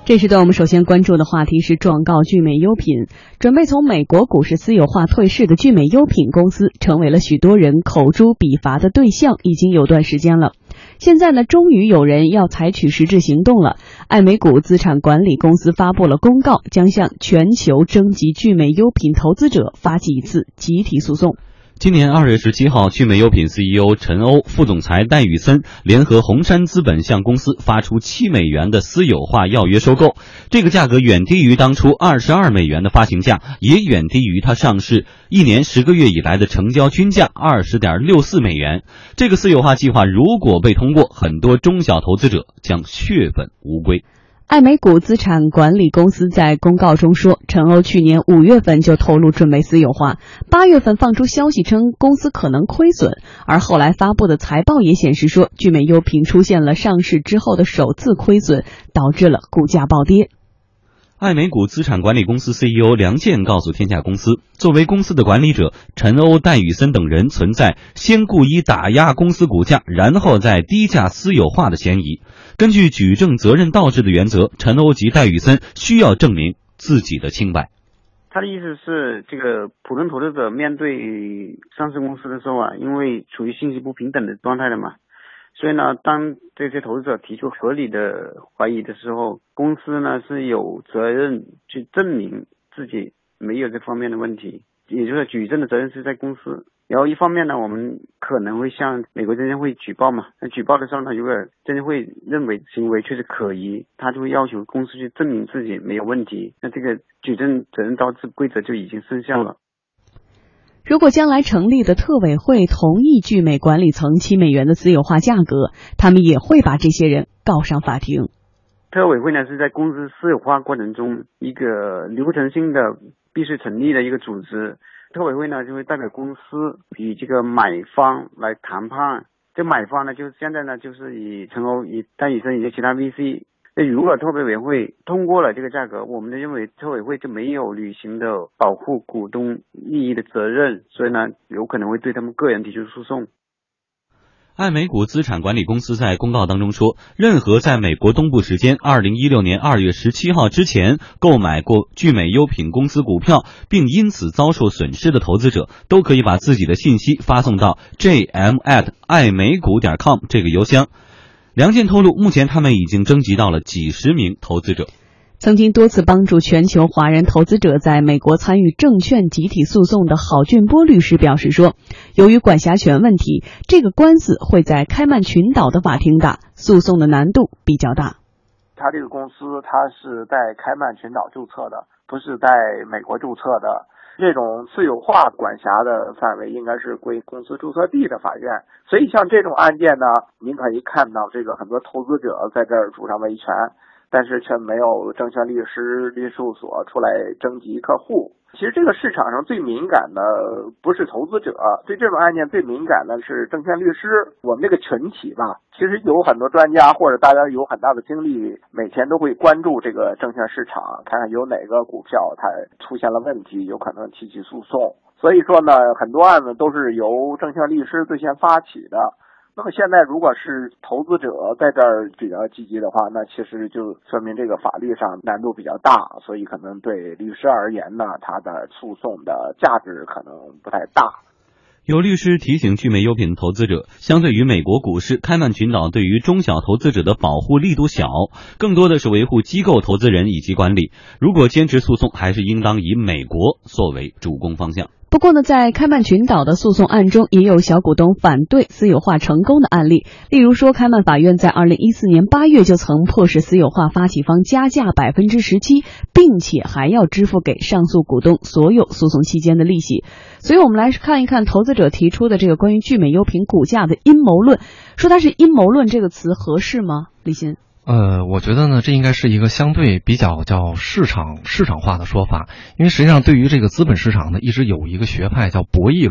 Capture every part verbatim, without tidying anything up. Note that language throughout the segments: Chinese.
这时段我们首先关注的话题是状告聚美优品。准备从美国股市私有化退市的聚美优品公司成为了许多人口诛笔伐的对象，已经有段时间了。现在呢，终于有人要采取实质行动了。爱美股资产管理公司发布了公告，将向全球征集聚美优品投资者发起一次集体诉讼。 今年二月十七号，聚美优品 C E O 陈欧、副总裁戴宇森联合红杉资本向公司发出七美元的私有化要约收购，这个价格远低于当初二十二美元的发行价，也远低于它上市一年十个月以来的成交均价二十点六四美元。这个私有化计划如果被通过，很多中小投资者将血本无归。 爱美股资产管理公司在公告中说，陈欧去年五月份就透露准备私有化，八月份放出消息称公司可能亏损，而后来发布的财报也显示说，聚美优品出现了上市之后的首次亏损，导致了股价暴跌。 爱美股资产管理公司 C E O 梁健告诉天下公司，作为公司的管理者，陈欧、戴宇森等人存在先故意打压公司股价，然后再低价私有化的嫌疑。根据举证责任倒置的原则，陈欧及戴宇森需要证明自己的清白。 他的意思是，这个普通投资者面对上市公司的时候啊，因为处于信息不平等的状态的嘛，所以呢，当这些投资者提出合理的怀疑的时候，公司呢是有责任去证明自己没有这方面的问题，也就是举证的责任是在公司。然后一方面呢，我们可能会向美国证监会举报嘛，那举报的时候呢，如果证监会认为行为确实可疑，他就会要求公司去证明自己没有问题，那这个举证责任倒置规则就已经生效了。 如果将来成立的特委会同意聚美管理层七美元的私有化价格，他们也会把这些人告上法庭。 特委会呢是在公司私有化过程中一个流程性的必须成立的一个组织，特委会呢就会代表公司与这个买方来谈判，这买方呢就是现在呢就是以陈欧、以戴宇森以及其他 V C。如果特委会通过了这个价格，我们认为特委会就没有履行的保护股东利益的责任，所以呢有可能会对他们个人提出诉讼。 爱美股资产管理公司在公告当中说，任何在美国东部时间二零一六年二月十七号之前购买过聚美优品公司股票并因此遭受损失的投资者，都可以把自己的信息发送到 j m at 爱美股点 com 这个邮箱。梁健透露，目前他们已经征集到了几十名投资者。 曾经多次帮助全球华人投资者在美国参与证券集体诉讼的郝俊波律师表示说，由于管辖权问题，这个官司会在开曼群岛的法庭打，诉讼的难度比较大。 他这个公司他是在开曼群岛注册的，不是在美国注册的。这种私有化管辖的范围应该是归公司注册地的法院，所以像这种案件呢，您可以看到这个很多投资者在这儿主张维权，但是却没有证券律师、律师事务所出来征集客户。其实这个市场上最敏感的不是投资者，对这种案件最敏感的是证券律师。我们这个群体吧，其实有很多专家或者大家有很大的精力，每天都会关注这个证券市场，看看有哪个股票它出现了问题，有可能提起诉讼。所以说呢，很多案子都是由证券律师最先发起的。那么现在如果是投资者在这儿比较积极的话，那其实就说明这个法律上难度比较大，所以可能对律师而言呢，他的诉讼的价值可能不太大。 有律师提醒聚美优品投资者，相对于美国股市，开曼群岛对于中小投资者的保护力度小，更多的是维护机构投资人以及管理。如果坚持诉讼，还是应当以美国作为主攻方向。 不过呢，在开曼群岛的诉讼案中，也有小股东反对私有化成功的案例。例如说，开曼法院在二零一四年八月就曾迫使私有化发起方加价百分之十七，并且还要支付给上诉股东所有诉讼期间的利息。所以我们来看一看投资者提出的这个关于聚美优品股价的阴谋论，说它是阴谋论这个词合适吗？李欣。 呃，我觉得呢，这应该是一个相对比较叫市场市场化的说法，因为实际上对于这个资本市场呢，一直有一个学派叫博弈论嘛。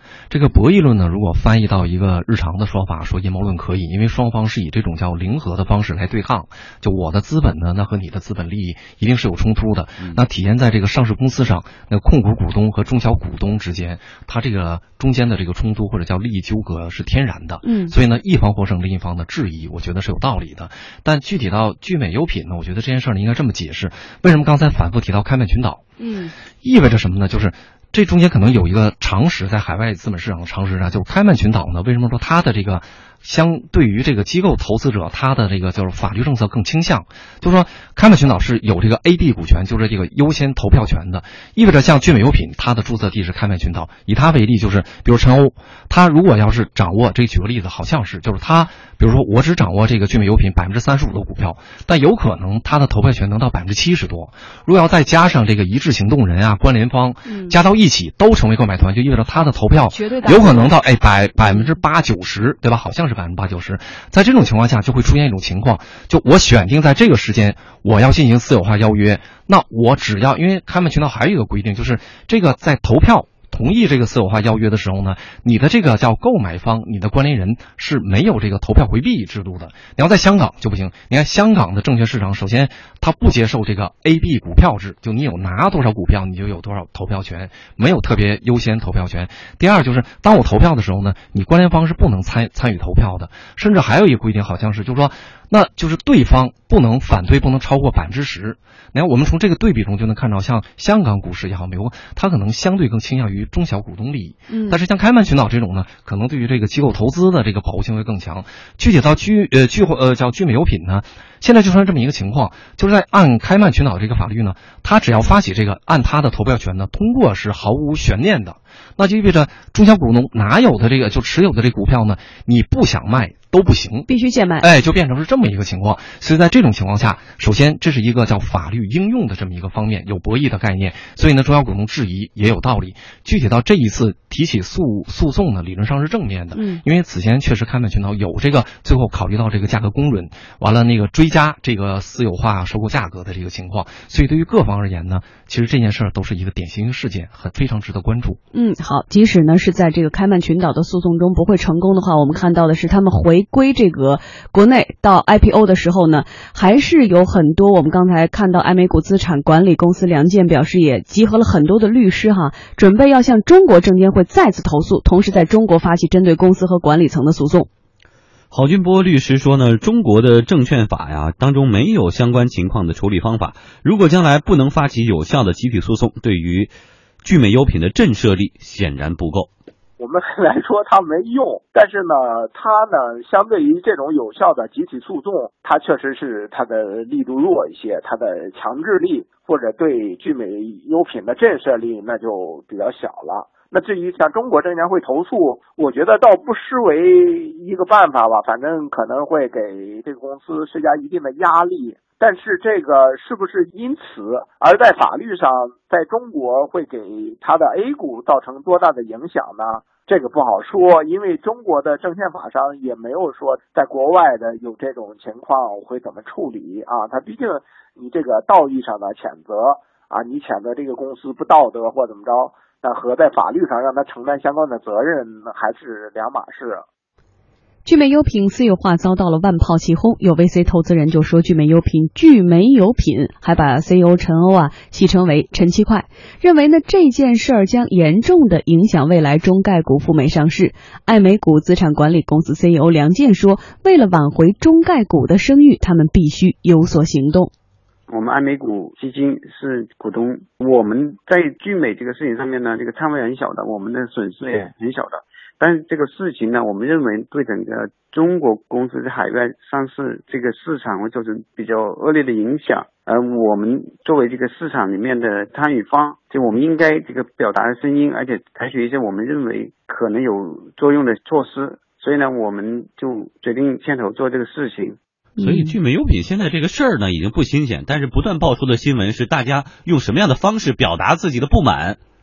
这个博弈论呢，如果翻译到一个日常的说法，说阴谋论可以，因为双方是以这种叫零和的方式来对抗。就我的资本呢，那和你的资本利益一定是有冲突的。 嗯、 那体现在这个上市公司上，那控股股东和中小股东之间，它这个中间的这个冲突或者叫利益纠葛是天然的。 嗯， 所以呢，一方获胜，另一方的质疑，我觉得是有道理的。但具体到聚美优品呢，我觉得这件事呢应该这么解释：为什么刚才反复提到开曼群岛？ 嗯， 意味着什么呢？就是这中间可能有一个常识，在海外资本市场的常识啊，就是开曼群岛呢，为什么说它的这个相对于这个机构投资者，它的这个就是法律政策更倾向，就是说开曼群岛是有这个 A B 股权，就是这个优先投票权的，意味着像聚美优品，它的注册地是开曼群岛，以它为例，就是比如陈欧，他如果要是掌握这个，举个例子，好像是就是他，比如说我只掌握这个聚美优品百分之三十五的股票，但有可能他的投票权能到百分之七十多，如果要再加上这个一致行动人啊、关联方，加到一起都成为购买团，就意味着他的投票有可能到哎百百分之八九十，对吧？好像是百分之八九十。在这种情况下，就会出现一种情况，就我选定在这个时间我要进行私有化邀约，那我只要，因为开曼群岛还有一个规定，就是这个在投票同意这个私有化邀约的时候呢，你的这个叫购买方，你的关联人是没有这个投票回避制度的。你要在香港就不行，你看香港的证券市场，首先它不接受这个 A B 股票制，就你有拿多少股票你就有多少投票权，没有特别优先投票权。第二就是当我投票的时候呢，你关联方是不能参参与投票的，甚至还有一个规定，好像是就是说，那就是对方不能反对，不能超过百分之十。你看我们从这个对比中就能看到，像香港股市也好，美国它可能相对更倾向于中小股东利益， 嗯， 但是像开曼群岛这种呢，可能对于这个机构投资的这个保护性会更强。具体到聚呃聚呃叫聚美优品呢，现在就出现这么一个情况，就是在按开曼群岛这个法律呢，它只要发起这个，按它的投票权呢，通过是毫无悬念的，那就意味着中小股东哪有的这个就持有的这股票呢，你不想卖都不行， 必须贱卖， 哎，就变成是这么一个情况。所以在这种情况下，首先这是一个叫法律应用的这么一个方面，有博弈的概念，所以呢，中小股东质疑也有道理。具体到这一次提起诉诉讼呢，理论上是正面的， 嗯， 因为此前确实开曼群岛有这个最后考虑到这个价格公允，完了那个追加这个私有化收购价格的这个情况，所以对于各方而言呢，其实这件事儿都是一个典型事件，很非常值得关注。 嗯，好，即使呢是在这个开曼群岛的诉讼中不会成功的话，我们看到的是他们回归这个国内到 I P O 的时候呢，还是有很多，我们刚才看到爱美股资产管理公司梁健表示也集合了很多的律师哈，准备要向中国证监会再次投诉，同时在中国发起针对公司和管理层的诉讼。 郝俊波律师说呢，中国的证券法呀当中没有相关情况的处理方法，如果将来不能发起有效的集体诉讼，对于聚美优品的震慑力显然不够。 我们来说它没用，但是呢，它呢相对于这种有效的集体诉讼，它确实是它的力度弱一些，它的强制力或者对聚美优品的震慑力那就比较小了。那至于像中国证监会投诉，我觉得倒不失为一个办法吧，反正可能会给这个公司施加一定的压力。但是这个是不是因此而在法律上在中国会给它的 A 股造成多大的影响呢？这个不好说，因为中国的证券法上也没有说在国外的有这种情况会怎么处理啊。它毕竟你这个道义上的谴责啊，你谴责这个公司不道德或怎么着，那和在法律上让他承担相关的责任还是两码事。 聚美优品私有化遭到了万炮齐轰，有 V C 投资人就说聚美优品聚美有品，还把 C E O 陈欧啊戏称为陈七块，认为呢这件事儿将严重的影响未来中概股赴美上市。爱美股资产管理公司 C E O 梁健说，为了挽回中概股的声誉，他们必须有所行动。 我们爱美股基金是股东，我们在聚美这个事情上面呢，这个仓位很小的，我们的损失也很小的。但是这个事情呢，我们认为对整个中国公司在海外上市这个市场会造成比较恶劣的影响。而我们作为这个市场里面的参与方，就我们应该这个表达的声音，而且采取一些我们认为可能有作用的措施。所以呢，我们就决定牵头做这个事情。 所以聚美优品现在这个事儿呢已经不新鲜，但是不断爆出的新闻是大家用什么样的方式表达自己的不满。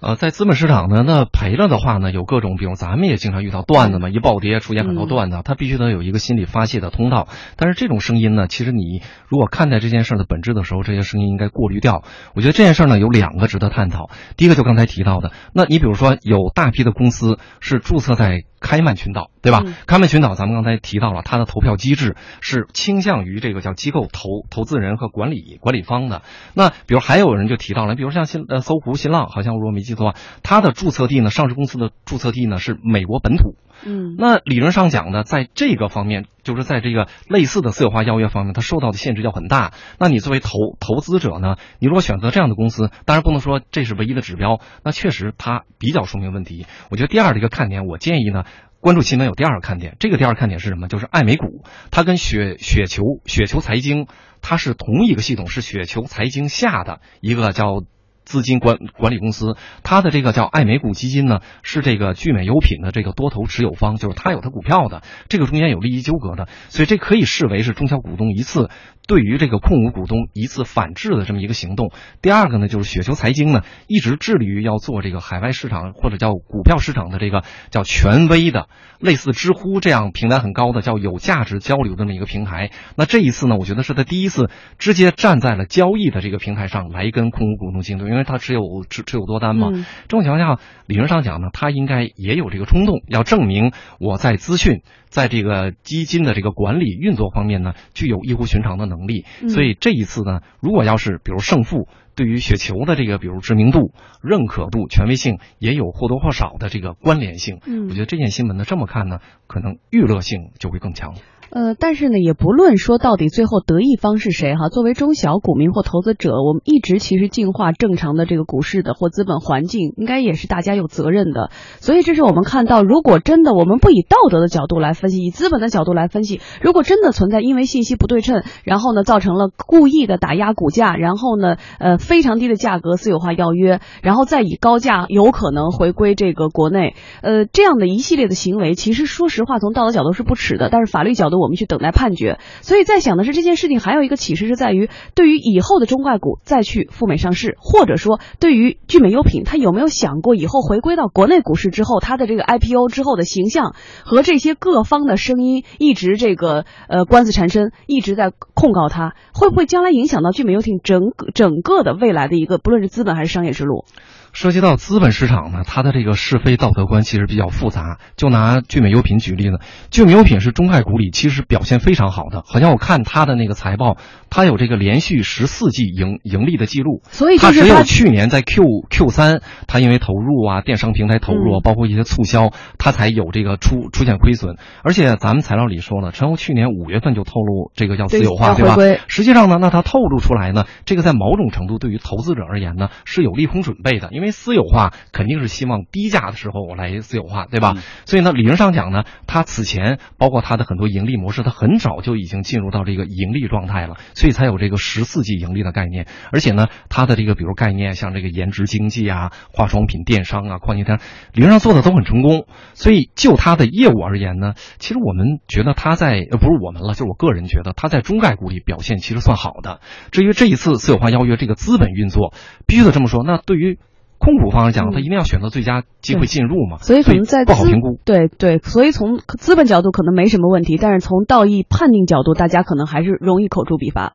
呃，在资本市场呢，那赔了的话呢，有各种，比如咱们也经常遇到段子嘛，一暴跌出现很多段子，它必须得有一个心理发泄的通道。但是这种声音呢，其实你如果看待这件事的本质的时候，这些声音应该过滤掉。我觉得这件事呢有两个值得探讨。第一个就刚才提到的，那你比如说有大批的公司是注册在开曼群岛，对吧？嗯、开曼群岛咱们刚才提到了，它的投票机制是倾向于这个叫机构投投资人和管理管理方的。那比如还有人就提到了，比如像新呃搜狐、新浪，好像如果没记错，它的注册地呢，上市公司的注册地呢是美国本土。 嗯， 那理论上讲呢，在这个方面，就是在这个类似的私有化邀约方面，它受到的限制要很大。那你作为投投资者呢，你如果选择这样的公司，当然不能说这是唯一的指标，那确实它比较说明问题。我觉得第二的一个看点，我建议呢，关注新闻有第二个看点，这个第二个看点是什么？就是爱美股，它跟雪雪球雪球财经，它是同一个系统，是雪球财经下的一个叫资金管管理公司，它的这个叫爱美股基金呢，是这个聚美优品的这个多头持有方，就是它有它股票的，这个中间有利益纠葛的，所以这可以视为是中小股东一次对于这个控股股东一次反制的这么一个行动。第二个呢，就是雪球财经呢一直致力于要做这个海外市场或者叫股票市场的这个叫权威的，类似知乎这样平台很高的叫有价值交流的这么一个平台。那这一次呢，我觉得是他第一次直接站在了交易的这个平台上来跟控股股东竞争，因为他持有持持有多单嘛。嗯、这种情况下，理论上讲呢，他应该也有这个冲动，要证明我在资讯在这个基金的这个管理运作方面呢，具有异乎寻常的能力。嗯、所以这一次呢，如果要是比如胜负对于雪球的这个比如知名度、认可度、权威性也有或多或少的这个关联性，嗯、我觉得这件新闻呢这么看呢，可能娱乐性就会更强。 呃，但是呢，也不论说到底最后得益方是谁哈。作为中小股民或投资者，我们一直其实净化正常的这个股市的或资本环境，应该也是大家有责任的。所以这是我们看到，如果真的我们不以道德的角度来分析，以资本的角度来分析，如果真的存在因为信息不对称，然后呢造成了故意的打压股价，然后呢呃非常低的价格私有化要约，然后再以高价有可能回归这个国内，呃这样的一系列的行为，其实说实话从道德角度是不耻的，但是法律角度我们去等待判决。所以在想的是这件事情还有一个启示是在于，对于以后的中概股再去赴美上市，或者说对于聚美优品，他有没有想过以后回归到国内股市之后，他的这个 I P O 之后的形象和这些各方的声音一直这个呃官司缠身，一直在控告他，会不会将来影响到聚美优品整个整个的未来的一个不论是资本还是商业之路？ 涉及到资本市场呢，它的这个是非道德观其实比较复杂。就拿聚美优品举例呢，聚美优品是中概股里其实表现非常好的，好像我看它的那个财报，它有这个连续十四季盈盈利的记录， 所以就是它只有去年在 Q Q 三，它因为投入啊、电商平台投入啊，包括一些促销，它才有这个出出现亏损。而且咱们材料里说了，陈欧去年五月份就透露这个叫私有化，对吧？实际上呢，那它透露出来呢，这个在某种程度对于投资者而言呢是有利空准备的。因为私有化肯定是希望低价的时候我来私有化，对吧？嗯、所以呢，理论上讲呢，它此前包括它的很多盈利模式，它很早就已经进入到这个盈利状态了，所以才有这个十四季盈利的概念。而且呢，它的这个比如概念像这个颜值经济啊、化妆品电商啊、矿业电商，理论上做的都很成功。所以就它的业务而言呢，其实我们觉得它在呃不是我们了，就是我个人觉得它在中概股里表现其实算好的。至于这一次私有化邀约这个资本运作，必须得这么说，那对于控股方来讲，他一定要选择最佳机会进入嘛， 所以可能在不好评估。 对对，所以从资本角度可能没什么问题，但是从道义判定角度，大家可能还是容易口诛笔伐。